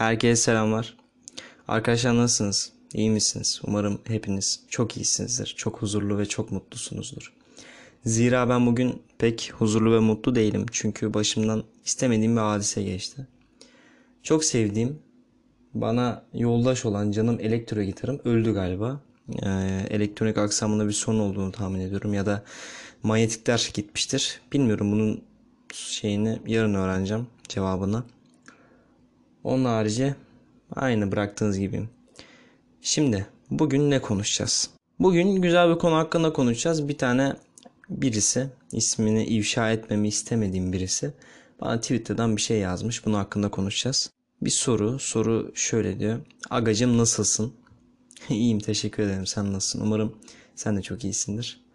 Herkese selamlar. Arkadaşlar nasılsınız? İyi misiniz? Umarım hepiniz çok iyisinizdir. Çok huzurlu ve çok mutlusunuzdur. Zira ben bugün pek huzurlu ve mutlu değilim. Çünkü başımdan istemediğim bir hadise geçti. Çok sevdiğim, bana yoldaş olan canım elektro gitarım öldü galiba. Elektronik aksamında bir sorun olduğunu tahmin ediyorum. Ya da manyetikler gitmiştir. Bilmiyorum, bunun şeyini yarın öğreneceğim, cevabını. Onun harici aynı bıraktığınız gibiyim. Şimdi bugün ne konuşacağız? Bugün güzel bir konu hakkında konuşacağız. Bir tane birisi, ismini ifşa etmemi istemediğim birisi bana Twitter'dan bir şey yazmış. Bunun hakkında konuşacağız. Bir soru şöyle diyor. Agacım nasılsın? İyiyim, teşekkür ederim. Sen nasılsın? Umarım sen de çok iyisindir.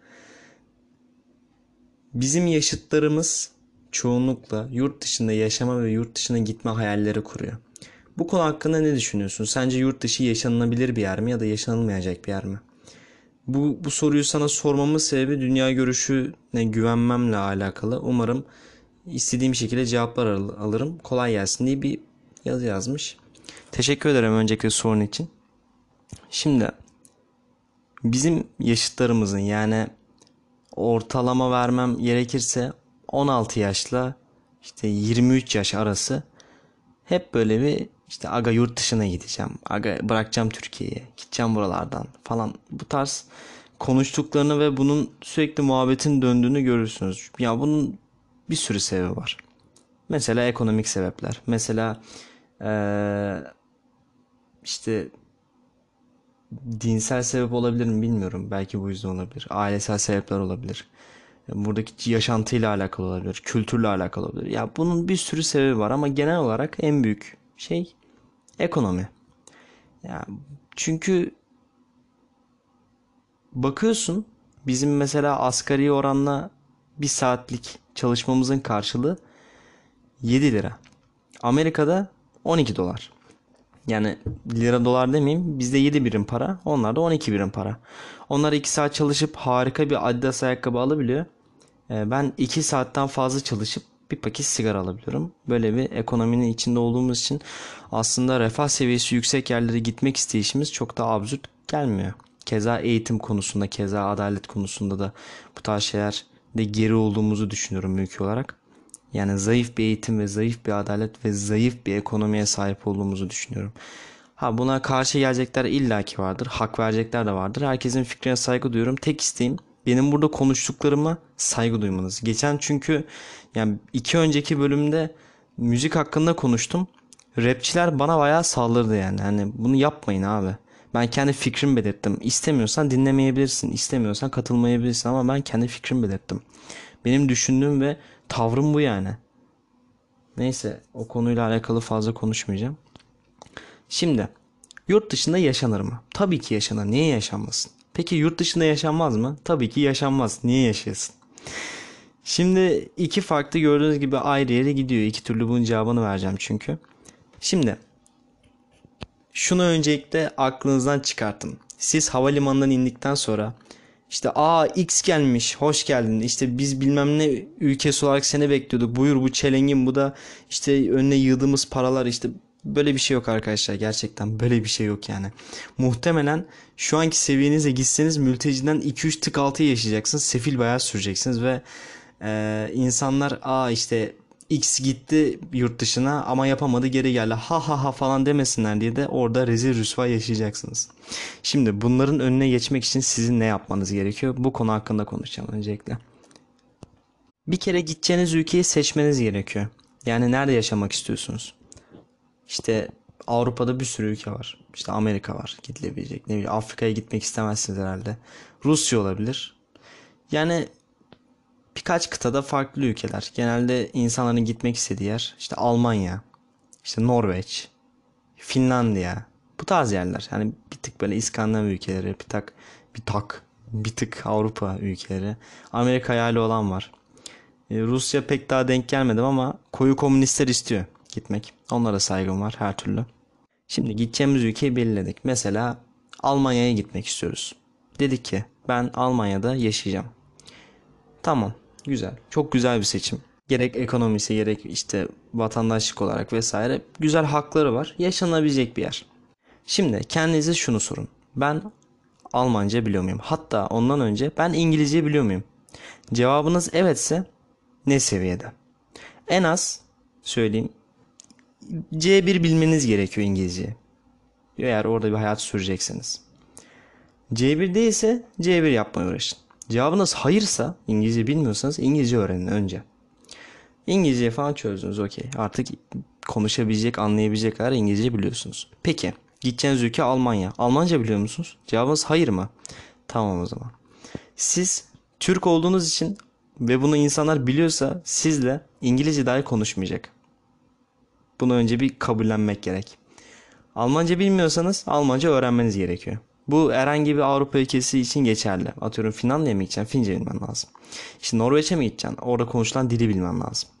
Bizim yaşıtlarımız çoğunlukla yurt dışında yaşama ve yurt dışına gitme hayalleri kuruyor. Bu konu hakkında ne düşünüyorsun? Sence yurt dışı yaşanılabilir bir yer mi ya da yaşanılmayacak bir yer mi? Bu soruyu sana sormamın sebebi dünya görüşüne güvenmemle alakalı. Umarım istediğim şekilde cevaplar alırım. Kolay gelsin diye bir yazı yazmış. Teşekkür ederim öncelikle sorun için. Şimdi bizim yaşıtlarımızın, yani ortalama vermem gerekirse 16 yaşla işte 23 yaş arası hep böyle bir işte aga yurt dışına gideceğim, aga bırakacağım Türkiye'yi, gideceğim buralardan falan, bu tarz konuştuklarını ve bunun sürekli muhabbetin döndüğünü görürsünüz. Ya bunun bir sürü sebebi var. Mesela ekonomik sebepler. Mesela işte dinsel sebep olabilir mi bilmiyorum. Belki bu yüzden olabilir. Ailesel sebepler olabilir. Buradaki yaşantıyla alakalı olabilir. Kültürle alakalı olabilir. Ya bunun bir sürü sebebi var ama genel olarak en büyük şey ekonomi. Ya çünkü bakıyorsun, bizim mesela asgari oranla bir saatlik çalışmamızın karşılığı 7 lira. Amerika'da 12 dolar. Yani lira dolar demeyeyim, bizde 7 birim para, onlarda 12 birim para. Onlar 2 saat çalışıp harika bir Adidas ayakkabı alabiliyor. Ben 2 saatten fazla çalışıp bir paket sigara alabiliyorum. Böyle bir ekonominin içinde olduğumuz için aslında refah seviyesi yüksek yerlere gitmek isteyişimiz çok da absürt gelmiyor. Keza eğitim konusunda, keza adalet konusunda da bu tarz şeylerde geri olduğumuzu düşünüyorum ülke olarak. Yani zayıf bir eğitim ve zayıf bir adalet ve zayıf bir ekonomiye sahip olduğumuzu düşünüyorum. Ha, buna karşı gelecekler illaki vardır. Hak verecekler de vardır. Herkesin fikrine saygı duyuyorum. Tek isteğim benim burada konuştuklarıma saygı duymanız. Geçen çünkü yani iki önceki bölümde müzik hakkında konuştum. Rapçiler bana bayağı saldırdı yani. Hani bunu yapmayın abi. Ben kendi fikrimi belirttim. İstemiyorsan dinlemeyebilirsin. İstemiyorsan katılmayabilirsin ama ben kendi fikrimi belirttim. Benim düşündüğüm ve tavrım bu yani. Neyse, o konuyla alakalı fazla konuşmayacağım. Şimdi yurt dışında yaşanır mı? Tabii ki yaşanır. Niye yaşanmasın? Peki yurt dışında yaşanmaz mı? Tabii ki yaşanmaz. Niye yaşayasın? Şimdi iki farklı, gördüğünüz gibi, ayrı yere gidiyor. İki türlü bunun cevabını vereceğim çünkü. Şimdi şunu öncelikle aklınızdan çıkartın. Siz havalimanından indikten sonra işte X gelmiş, hoş geldin, işte biz bilmem ne ülkesi olarak seni bekliyorduk, buyur bu çelengin, bu da işte önüne yığdığımız paralar, işte böyle bir şey yok arkadaşlar, gerçekten böyle bir şey yok yani. Muhtemelen şu anki seviyenize gitseniz mülteciden 2-3 tık altı yaşayacaksınız, sefil bayağı süreceksiniz ve insanlar işte X gitti yurt dışına ama yapamadı, geri geldi, ha ha ha falan demesinler diye de orada rezil rüsva yaşayacaksınız. Şimdi bunların önüne geçmek için sizin ne yapmanız gerekiyor? Bu konu hakkında konuşacağım öncelikle. Bir kere gideceğiniz ülkeyi seçmeniz gerekiyor. Yani nerede yaşamak istiyorsunuz? İşte Avrupa'da bir sürü ülke var. İşte Amerika var gidilebilecek. Ne bileyim, Afrika'ya gitmek istemezsiniz herhalde. Rusya olabilir. Yani birkaç kıtada farklı ülkeler. Genelde insanların gitmek istediği yer işte Almanya, işte Norveç, Finlandiya. Bu tarz yerler. Yani bir tık böyle İskandinav ülkeleri, bir tık Avrupa ülkeleri. Amerika hayali olan var. Rusya pek daha denk gelmedim ama koyu komünistler istiyor gitmek. Onlara saygım var her türlü. Şimdi gideceğimiz ülkeyi belirledik. Mesela Almanya'ya gitmek istiyoruz. Dedik ki ben Almanya'da yaşayacağım. Tamam, güzel. Çok güzel bir seçim. Gerek ekonomisi gerek işte vatandaşlık olarak vesaire güzel hakları var. Yaşanabilecek bir yer. Şimdi kendinize şunu sorun. Ben Almanca biliyor muyum? Hatta ondan önce ben İngilizce biliyor muyum? Cevabınız evetse ne seviyede? En az söyleyeyim C1 bilmeniz gerekiyor İngilizce. Eğer orada bir hayat sürecekseniz. C1 değilse C1 yapmaya uğraşın. Cevabınız hayırsa, İngilizce bilmiyorsanız İngilizce öğrenin önce. İngilizce falan çözdünüz, okey. Artık konuşabilecek, anlayabilecek kadar İngilizce biliyorsunuz. Peki, gideceğiniz ülke Almanya. Almanca biliyor musunuz? Cevabınız hayır mı? Tamam o zaman. Siz Türk olduğunuz için ve bunu insanlar biliyorsa sizle İngilizce dahi konuşmayacak. Bunu önce bir kabullenmek gerek. Almanca bilmiyorsanız Almanca öğrenmeniz gerekiyor. Bu herhangi bir Avrupa ülkesi için geçerli. Atıyorum Finlandiya'ya mı gideceksin? Fince bilmen lazım. İşte Norveç'e mi gideceksin? Orada konuşulan dili bilmen lazım.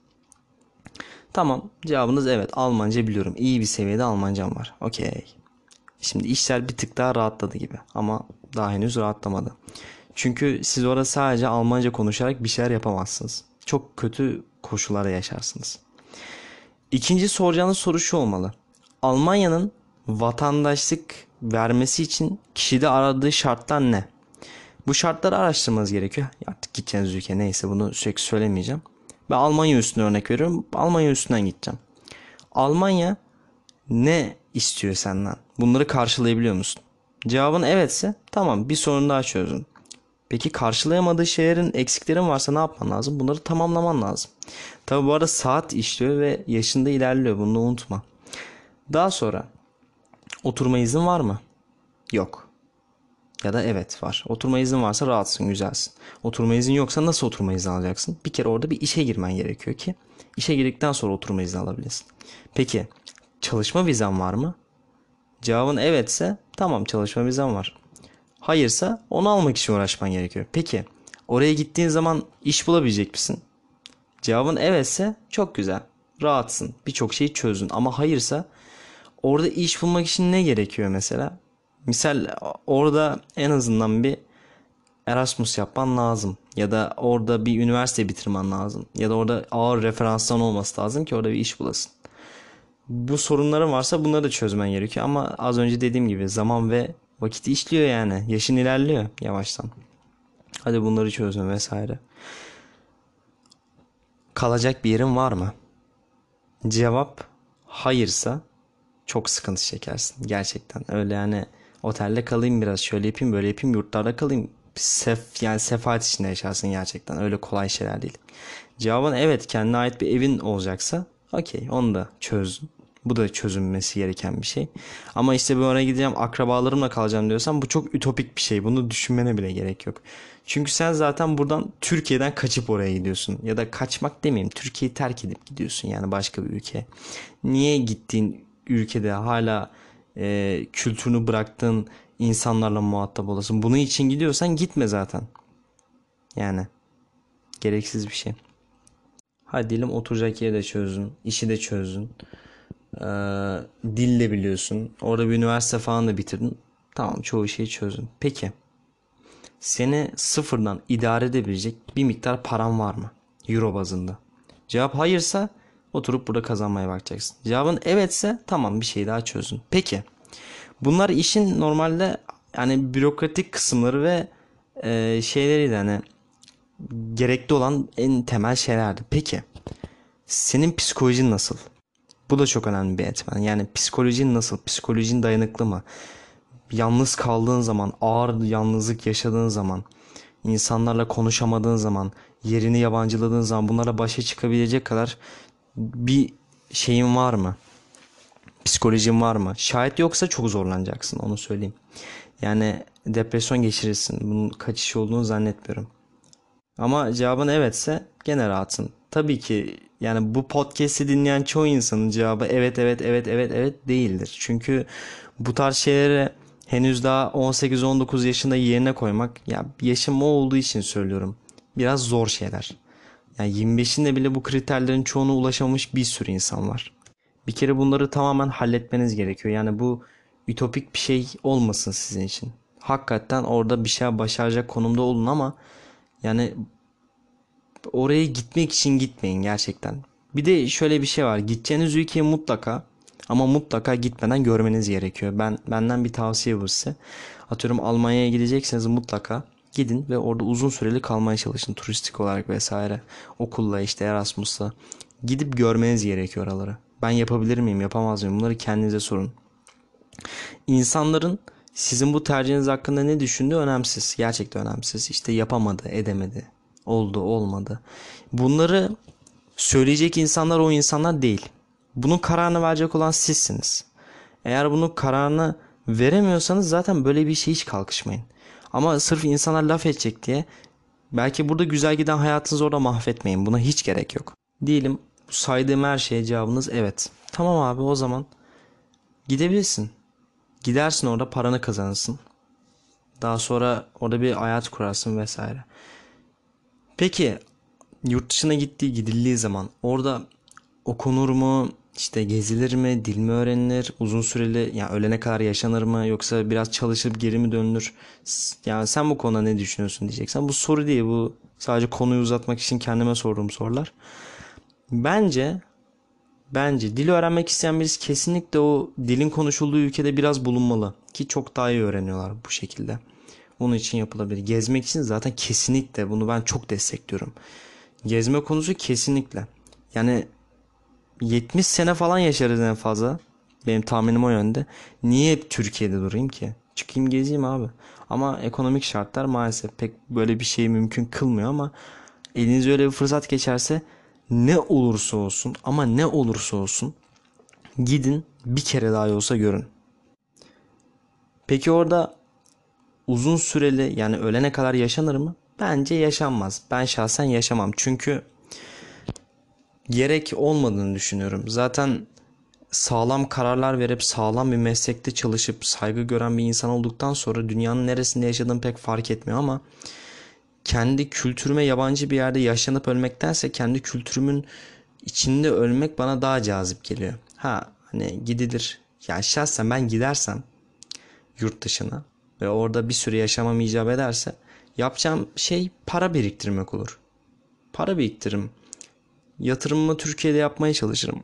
Tamam, cevabınız evet, Almanca biliyorum. İyi bir seviyede Almancam var. Okey. Şimdi işler bir tık daha rahatladı gibi ama daha henüz rahatlamadı. Çünkü siz orada sadece Almanca konuşarak bir şeyler yapamazsınız. Çok kötü koşullarda yaşarsınız. İkinci soracağınız soru şu olmalı. Almanya'nın vatandaşlık vermesi için kişide aradığı şartlar ne? Bu şartları araştırmanız gerekiyor. Artık gideceğiniz ülke neyse bunu sürekli söylemeyeceğim. Ben Almanya üstüne örnek veriyorum. Almanya üstünden gideceğim. Almanya ne istiyor senden? Bunları karşılayabiliyor musun? Cevabın evetse tamam, bir sorun daha çözün. Peki karşılayamadığı şeylerin, eksiklerin varsa ne yapman lazım? Bunları tamamlaman lazım. Tabi bu arada saat işliyor ve yaşında ilerliyor, bunu unutma. Daha sonra oturma izin var mı? Yok. Ya da evet var. Oturma izin varsa rahatsın, güzelsin. Oturma izin yoksa nasıl oturma izni alacaksın? Bir kere orada bir işe girmen gerekiyor ki işe girdikten sonra oturma izni alabilirsin. Peki çalışma vizen var mı? Cevabın evetse tamam, çalışma vizen var. Hayırsa onu almak için uğraşman gerekiyor. Peki oraya gittiğin zaman iş bulabilecek misin? Cevabın evetse çok güzel. Rahatsın. Birçok şeyi çözdün. Ama hayırsa orada iş bulmak için ne gerekiyor mesela? Misal orada en azından bir Erasmus yapman lazım. Ya da orada bir üniversite bitirmen lazım. Ya da orada ağır referansların olması lazım ki orada bir iş bulasın. Bu sorunların varsa bunları da çözmen gerekiyor. Ama az önce dediğim gibi zaman ve vakit işliyor yani. Yaşın ilerliyor yavaştan. Hadi bunları çözün vesaire. Kalacak bir yerin var mı? Cevap hayırsa çok sıkıntı çekersin gerçekten. Öyle yani otelde kalayım biraz, şöyle yapayım böyle yapayım, yurtlarda kalayım. Yani sefalet içinde yaşarsın gerçekten. Öyle kolay şeyler değil. Cevabın evet, kendine ait bir evin olacaksa okey, onu da çözdün. Bu da çözülmesi gereken bir şey. Ama işte ben oraya gideceğim, akrabalarımla kalacağım diyorsan bu çok ütopik bir şey. Bunu düşünmene bile gerek yok. Çünkü sen zaten buradan Türkiye'den kaçıp oraya gidiyorsun. Ya da kaçmak demeyeyim, Türkiye'yi terk edip gidiyorsun yani başka bir ülke. Niye gittiğin ülkede hala kültürünü bıraktığın insanlarla muhatap olasın? Bunun için gidiyorsan gitme zaten. Yani gereksiz bir şey. Hadi diyelim oturacak yeri de çözdün, işi de çözdün. Ee, dil de biliyorsun. Orada bir üniversite falan da bitirdin. Tamam, çoğu şeyi çözdün. Peki seni sıfırdan idare edebilecek bir miktar paran var mı? Euro bazında. Cevap hayırsa oturup burada kazanmaya bakacaksın. Cevabın evetse tamam, bir şey daha çözün. Peki bunlar işin normalde yani bürokratik kısımları ve şeyleri de hani gerekli olan en temel şeylerdi. Peki senin psikolojin nasıl? Bu da çok önemli bir etmen. Yani psikolojin nasıl? Psikolojin dayanıklı mı? Yalnız kaldığın zaman, ağır yalnızlık yaşadığın zaman, insanlarla konuşamadığın zaman, yerini yabancıladığın zaman bunlara başa çıkabilecek kadar bir şeyin var mı? Psikolojin var mı? Şayet yoksa çok zorlanacaksın, onu söyleyeyim. Yani depresyon geçirirsin. Bunun kaçışı olduğunu zannetmiyorum. Ama cevabın evetse gene rahatsın. Tabii ki yani bu podcast'i dinleyen çoğu insanın cevabı evet evet evet evet evet değildir. Çünkü bu tarz şeyleri henüz daha 18-19 yaşında yerine koymak, ya yaşım o olduğu için söylüyorum, biraz zor şeyler. Yani 25'inde bile bu kriterlerin çoğuna ulaşamamış bir sürü insan var. Bir kere bunları tamamen halletmeniz gerekiyor. Yani bu ütopik bir şey olmasın sizin için. Hakikaten orada bir şey başaracak konumda olun ama yani oraya gitmek için gitmeyin gerçekten. Bir de şöyle bir şey var. Gideceğiniz ülkeye mutlaka ama mutlaka gitmeden görmeniz gerekiyor. Benden bir tavsiye bu size. Atıyorum Almanya'ya gidecekseniz mutlaka gidin ve orada uzun süreli kalmaya çalışın. Turistik olarak vesaire. Okulla işte Erasmus'la. Gidip görmeniz gerekiyor oraları. Ben yapabilir miyim, yapamaz mıyım? Bunları kendinize sorun. İnsanların sizin bu tercihiniz hakkında ne düşündüğü önemsiz. Gerçekten önemsiz. İşte yapamadı, edemedi. Oldu, olmadı. Bunları söyleyecek insanlar o insanlar değil. Bunun kararını verecek olan sizsiniz. Eğer bunun kararını veremiyorsanız zaten böyle bir şey hiç kalkışmayın. Ama sırf insanlar laf edecek diye belki burada güzel giden hayatınızı orada mahvetmeyin. Buna hiç gerek yok. Diyelim bu saydığım her şeye cevabınız evet. Tamam abi, o zaman gidebilirsin. Gidersin, orada paranı kazanırsın. Daha sonra orada bir hayat kurarsın vesaire. Peki yurt dışına gidildiği zaman orada okunur mu, işte gezilir mi, dil mi öğrenilir, uzun süreli yani ölene kadar yaşanır mı, yoksa biraz çalışıp geri mi dönülür? Yani sen bu konuda ne düşünüyorsun diyeceksen, bu soru değil, bu sadece konuyu uzatmak için kendime sorduğum sorular. Bence dil öğrenmek isteyen birisi kesinlikle o dilin konuşulduğu ülkede biraz bulunmalı ki çok daha iyi öğreniyorlar bu şekilde. Onun için yapılabilir. Gezmek için zaten kesinlikle bunu ben çok destekliyorum. Gezme konusu kesinlikle. Yani 70 sene falan yaşarız en fazla. Benim tahminim o yönde. Niye hep Türkiye'de durayım ki? Çıkayım gezeyim abi. Ama ekonomik şartlar maalesef pek böyle bir şeyi mümkün kılmıyor ama elinize öyle bir fırsat geçerse ne olursa olsun ama ne olursa olsun gidin, bir kere daha olsa görün. Peki orada uzun süreli yani ölene kadar yaşanır mı? Bence yaşanmaz. Ben şahsen yaşamam. Çünkü gerek olmadığını düşünüyorum. Zaten sağlam kararlar verip sağlam bir meslekte çalışıp saygı gören bir insan olduktan sonra dünyanın neresinde yaşadığım pek fark etmiyor ama kendi kültürüme yabancı bir yerde yaşlanıp ölmektense kendi kültürümün içinde ölmek bana daha cazip geliyor. Ha hani gidilir. Ya şahsen ben gidersem yurt dışına ve orada bir süre yaşamam icap ederse yapacağım şey para biriktirmek olur. Para biriktiririm. Yatırımımı Türkiye'de yapmaya çalışırım.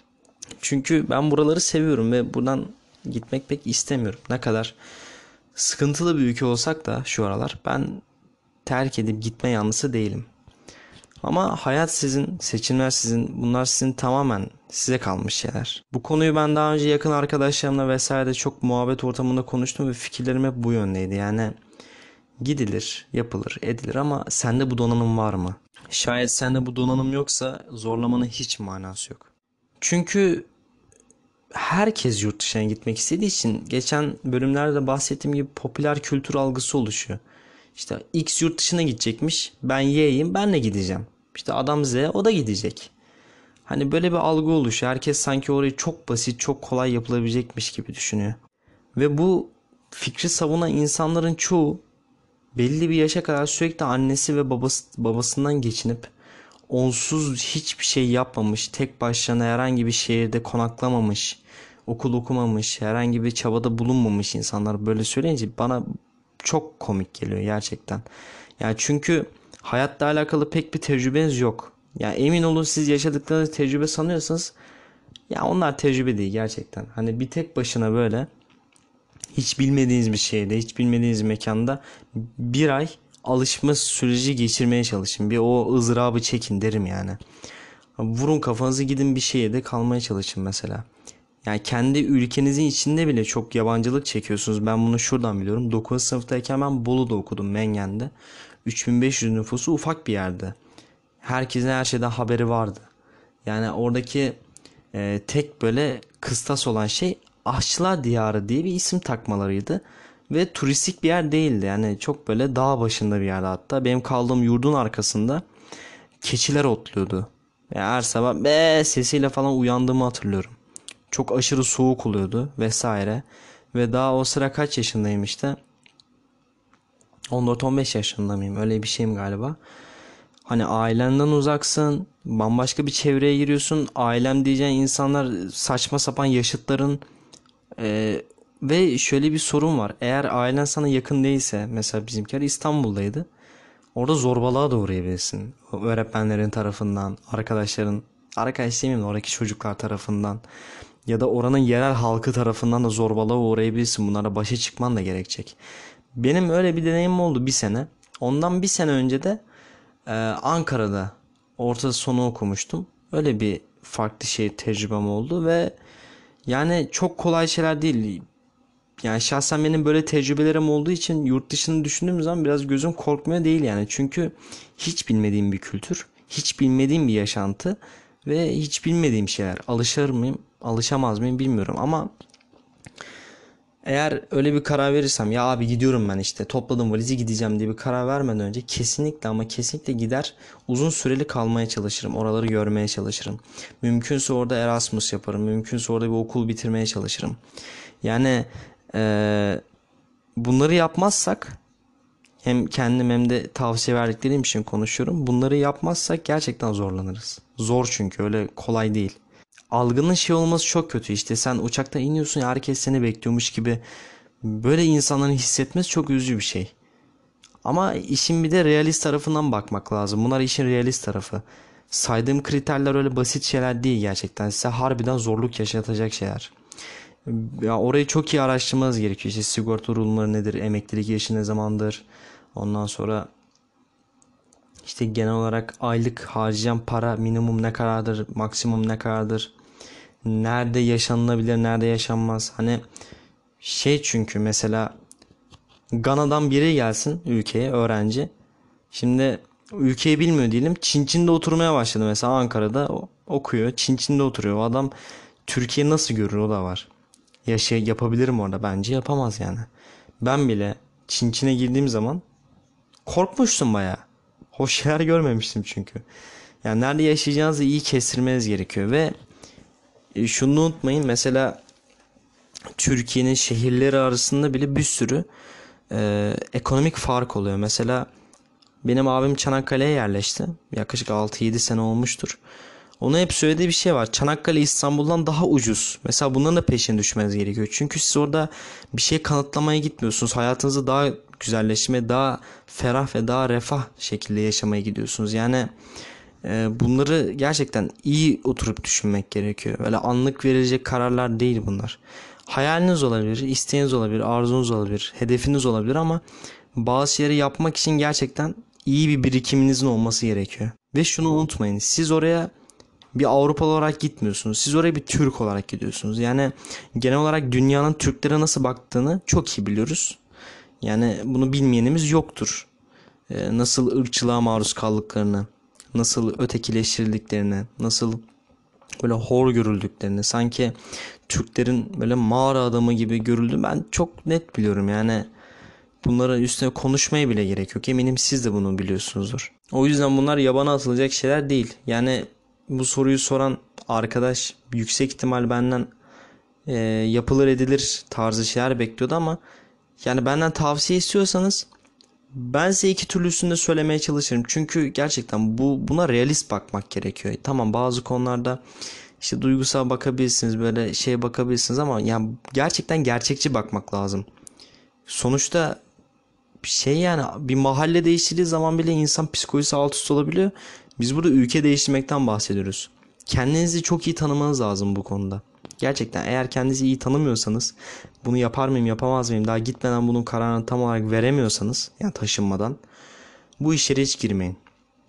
Çünkü ben buraları seviyorum ve buradan gitmek pek istemiyorum. Ne kadar sıkıntılı bir ülke olsak da şu aralar ben terk edip gitme yanlısı değilim. Ama hayat sizin, seçimler sizin, bunlar sizin tamamen size kalmış şeyler. Bu konuyu ben daha önce yakın arkadaşlarımla vesaire de çok muhabbet ortamında konuştum ve fikirlerim hep bu yöndeydi. Yani gidilir, yapılır, edilir ama sende bu donanım var mı? Şayet sende bu donanım yoksa zorlamanın hiç manası yok. Çünkü herkes yurt dışına gitmek istediği için geçen bölümlerde bahsettiğim gibi popüler kültür algısı oluşuyor. İşte X yurt dışına gidecekmiş. Ben Y'yim, ben de gideceğim. İşte adam Z, o da gidecek. Hani böyle bir algı oluşuyor. Herkes sanki orayı çok basit, çok kolay yapılabilecekmiş gibi düşünüyor. Ve bu fikri savunan insanların çoğu belli bir yaşa kadar sürekli annesi ve babasından geçinip onsuz hiçbir şey yapmamış, tek başına herhangi bir şehirde konaklamamış, okul okumamış, herhangi bir çabada bulunmamış insanlar böyle söyleyince bana çok komik geliyor gerçekten. Yani çünkü hayatla alakalı pek bir tecrübeniz yok. Yani emin olun, siz yaşadıklarınız tecrübe sanıyorsanız ya onlar tecrübe değil gerçekten. Hani bir tek başına böyle hiç bilmediğiniz bir şeyde, hiç bilmediğiniz bir mekanda bir ay alışma süreci geçirmeye çalışın. Bir o ızdırabı çekin derim yani. Vurun kafanızı, gidin bir şeye de kalmaya çalışın mesela. Yani kendi ülkenizin içinde bile çok yabancılık çekiyorsunuz. Ben bunu şuradan biliyorum. 9. sınıftayken ben Bolu'da okudum, Mengen'de. 3500 nüfusu, ufak bir yerde. Herkesin her şeyden haberi vardı. Yani oradaki tek böyle kıstas olan şey Aşçılar Diyarı diye bir isim takmalarıydı. Ve turistik bir yer değildi. Yani çok böyle dağ başında bir yerde hatta. Benim kaldığım yurdun arkasında keçiler otluyordu. Yani her sabah be sesiyle falan uyandığımı hatırlıyorum. Çok aşırı soğuk oluyordu vesaire. Ve daha o sıra kaç yaşındayım işte. 14-15 yaşında mıyım? Öyle bir şeyim galiba. Hani ailenden uzaksın, bambaşka bir çevreye giriyorsun. Ailem diyeceğin insanlar saçma sapan yaşıtların. Ve şöyle bir sorun var. Eğer ailen sana yakın değilse, mesela bizimkiler İstanbul'daydı. Orada zorbalığa da uğrayabilirsin. Öğretmenlerin tarafından, arkadaş demeyeyim de oradaki çocuklar tarafından ya da oranın yerel halkı tarafından da zorbalığa uğrayabilirsin. Bunlara başa çıkman da gerekecek. Benim öyle bir deneyimim oldu bir sene. Ondan bir sene önce de Ankara'da orta sonu okumuştum. Öyle bir farklı tecrübem oldu ve yani çok kolay şeyler değil. Yani şahsen benim böyle tecrübelerim olduğu için yurt dışını düşündüğüm zaman biraz gözüm korkmuyor değil yani. Çünkü hiç bilmediğim bir kültür, hiç bilmediğim bir yaşantı ve hiç bilmediğim şeyler. Alışır mıyım, alışamaz mıyım bilmiyorum ama eğer öyle bir karar verirsem ya abi gidiyorum ben işte topladım valizi gideceğim diye bir karar vermeden önce kesinlikle ama kesinlikle gider uzun süreli kalmaya çalışırım. Oraları görmeye çalışırım. Mümkünse orada Erasmus yaparım. Mümkünse orada bir okul bitirmeye çalışırım. Yani bunları yapmazsak hem kendim hem de tavsiye verdiklerim için konuşuyorum. Bunları yapmazsak gerçekten zorlanırız. Zor çünkü öyle kolay değil. Algının olması çok kötü. İşte sen uçakta iniyorsun ya herkes seni bekliyormuş gibi. Böyle insanların hissetmesi çok üzücü bir şey. Ama işin bir de realist tarafından bakmak lazım. Bunlar işin realist tarafı. Saydığım kriterler öyle basit şeyler değil gerçekten. Size harbiden zorluk yaşatacak şeyler. Ya orayı çok iyi araştırmanız gerekiyor. İşte sigorta durumları nedir? Emeklilik yaşı ne zamandır? Ondan sonra işte genel olarak aylık harcayan para minimum ne kadardır? Maksimum ne kadardır? Nerede yaşanılabilir, nerede yaşanmaz? Hani çünkü mesela Gana'dan biri gelsin ülkeye öğrenci. Şimdi ülkeyi bilmiyor diyelim. Çin'de oturmaya başladı mesela Ankara'da okuyor. Çin'de oturuyor. O adam Türkiye nasıl görür o da var. Yapabilir mi orada? Bence yapamaz yani. Ben bile Çin'e girdiğim zaman korkmuştum bayağı. Hoş şeyler görmemiştim çünkü. Yani nerede yaşayacağınızı iyi kestirmeniz gerekiyor ve şunu unutmayın mesela Türkiye'nin şehirleri arasında bile bir sürü ekonomik fark oluyor. Mesela benim abim Çanakkale'ye yerleşti. Yaklaşık 6-7 sene olmuştur. Ona hep söylediği bir şey var. Çanakkale İstanbul'dan daha ucuz. Mesela bunların da peşine düşmeniz gerekiyor. Çünkü siz orada bir şey kanıtlamaya gitmiyorsunuz. Hayatınızı daha güzelleştirmeye, daha ferah ve daha refah şekilde yaşamaya gidiyorsunuz. Yani bunları gerçekten iyi oturup düşünmek gerekiyor. Öyle anlık verilecek kararlar değil bunlar. Hayaliniz olabilir, isteğiniz olabilir, arzunuz olabilir, hedefiniz olabilir ama bazı şeyleri yapmak için gerçekten iyi bir birikiminizin olması gerekiyor. Ve şunu unutmayın. Siz oraya bir Avrupalı olarak gitmiyorsunuz. Siz oraya bir Türk olarak gidiyorsunuz. Yani genel olarak dünyanın Türklere nasıl baktığını çok iyi biliyoruz. Yani bunu bilmeyenimiz yoktur. Nasıl ırkçılığa maruz kaldıklarını, nasıl ötekileştirildiklerini, nasıl böyle hor görüldüklerini, sanki Türklerin böyle mağara adamı gibi görüldüğünü ben çok net biliyorum. Yani bunların üstüne konuşmaya bile gerek yok. Eminim siz de bunu biliyorsunuzdur. O yüzden bunlar yabana atılacak şeyler değil. Yani bu soruyu soran arkadaş yüksek ihtimal benden yapılır edilir tarzı şeyler bekliyordu ama yani benden tavsiye istiyorsanız ben size iki türlüsünü de söylemeye çalışırım. Çünkü gerçekten buna realist bakmak gerekiyor. Tamam bazı konularda işte duygusal bakabilirsiniz, böyle bakabilirsiniz ama yani gerçekten gerçekçi bakmak lazım. Sonuçta yani bir mahalle değiştirdiği zaman bile insan psikolojisi alt üst olabiliyor. Biz burada ülke değiştirmekten bahsediyoruz. Kendinizi çok iyi tanımanız lazım bu konuda. Gerçekten eğer kendinizi iyi tanımıyorsanız, bunu yapar mıyım yapamaz mıyım daha gitmeden bunun kararını tam olarak veremiyorsanız, yani taşınmadan, bu işlere hiç girmeyin.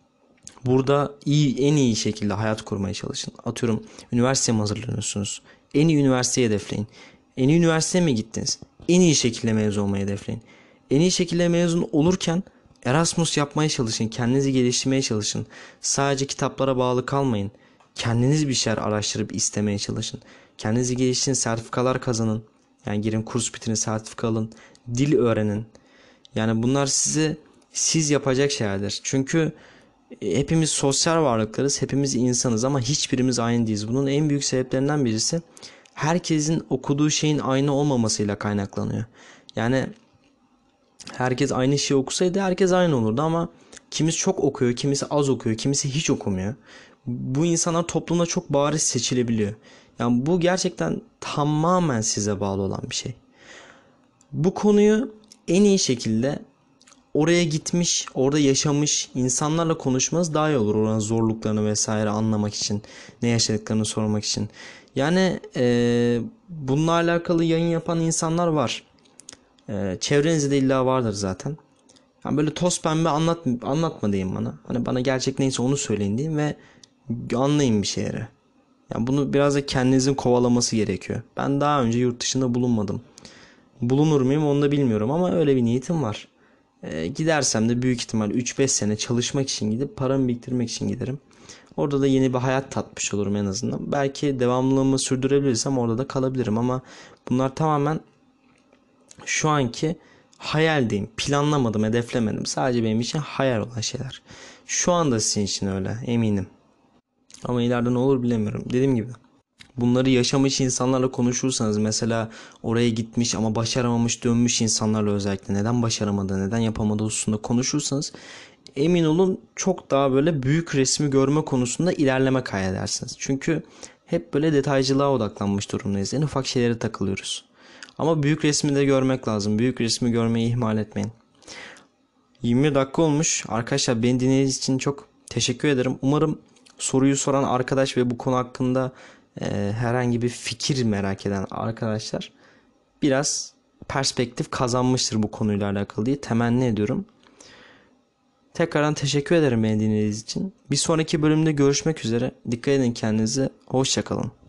Burada en iyi şekilde hayat kurmaya çalışın. Atıyorum üniversiteye mi hazırlanıyorsunuz? En iyi üniversiteyi hedefleyin. En iyi üniversiteye mi gittiniz? En iyi şekilde mezun olmayı hedefleyin. En iyi şekilde mezun olurken Erasmus yapmaya çalışın. Kendinizi geliştirmeye çalışın. Sadece kitaplara bağlı kalmayın. Kendiniz bir şeyler araştırıp istemeye çalışın. Kendinizi geliştirin, sertifikalar kazanın. Yani girin kurs bitirin, sertifika alın. Dil öğrenin. Yani bunlar siz yapacak şeylerdir. Çünkü hepimiz sosyal varlıklarız, hepimiz insanız ama hiçbirimiz aynı değiliz. Bunun en büyük sebeplerinden birisi herkesin okuduğu şeyin aynı olmamasıyla kaynaklanıyor. Yani herkes aynı şeyi okusaydı herkes aynı olurdu ama kimisi çok okuyor, kimisi az okuyor, kimisi hiç okumuyor. Bu insanlar toplumda çok bariz seçilebiliyor. Yani bu gerçekten tamamen size bağlı olan bir şey. Bu konuyu en iyi şekilde oraya gitmiş, orada yaşamış insanlarla konuşmanız daha iyi olur. Oranın zorluklarını vesaire anlamak için, ne yaşadıklarını sormak için. Yani bununla alakalı yayın yapan insanlar var. Çevrenizde illa vardır zaten. Yani böyle toz pembe anlatma diyeyim bana. Hani bana gerçek neyse onu söyleyin diyeyim ve anlayın bir şeyleri. Yani bunu biraz da kendinizin kovalaması gerekiyor. Ben daha önce yurt dışında bulunmadım. Bulunur muyum onu da bilmiyorum ama öyle bir niyetim var. Gidersem de büyük ihtimal 3-5 sene çalışmak için gidip paramı biriktirmek için giderim. Orada da yeni bir hayat tatmış olurum en azından. Belki devamlılığımı sürdürebilirsem orada da kalabilirim ama bunlar tamamen şu anki hayal, planlamadım, hedeflemedim. Sadece benim için hayal olan şeyler. Şu anda sizin için öyle eminim. Ama ileride ne olur bilemiyorum. Dediğim gibi bunları yaşamış insanlarla konuşursanız, mesela oraya gitmiş ama başaramamış dönmüş insanlarla, özellikle neden başaramadığı, neden yapamadığı hususunda konuşursanız, emin olun çok daha böyle büyük resmi görme konusunda ilerleme kaydedersiniz. Çünkü hep böyle detaycılığa odaklanmış durumdayız. En ufak şeylere takılıyoruz. Ama büyük resmi de görmek lazım. Büyük resmi görmeyi ihmal etmeyin. 20 dakika olmuş. Arkadaşlar beni dinlediğiniz için çok teşekkür ederim. Umarım soruyu soran arkadaş ve bu konu hakkında herhangi bir fikir merak eden arkadaşlar biraz perspektif kazanmıştır bu konuyla alakalı diye temenni ediyorum. Tekrardan teşekkür ederim beni dinlediğiniz için. Bir sonraki bölümde görüşmek üzere. Dikkat edin kendinize. Hoşça kalın.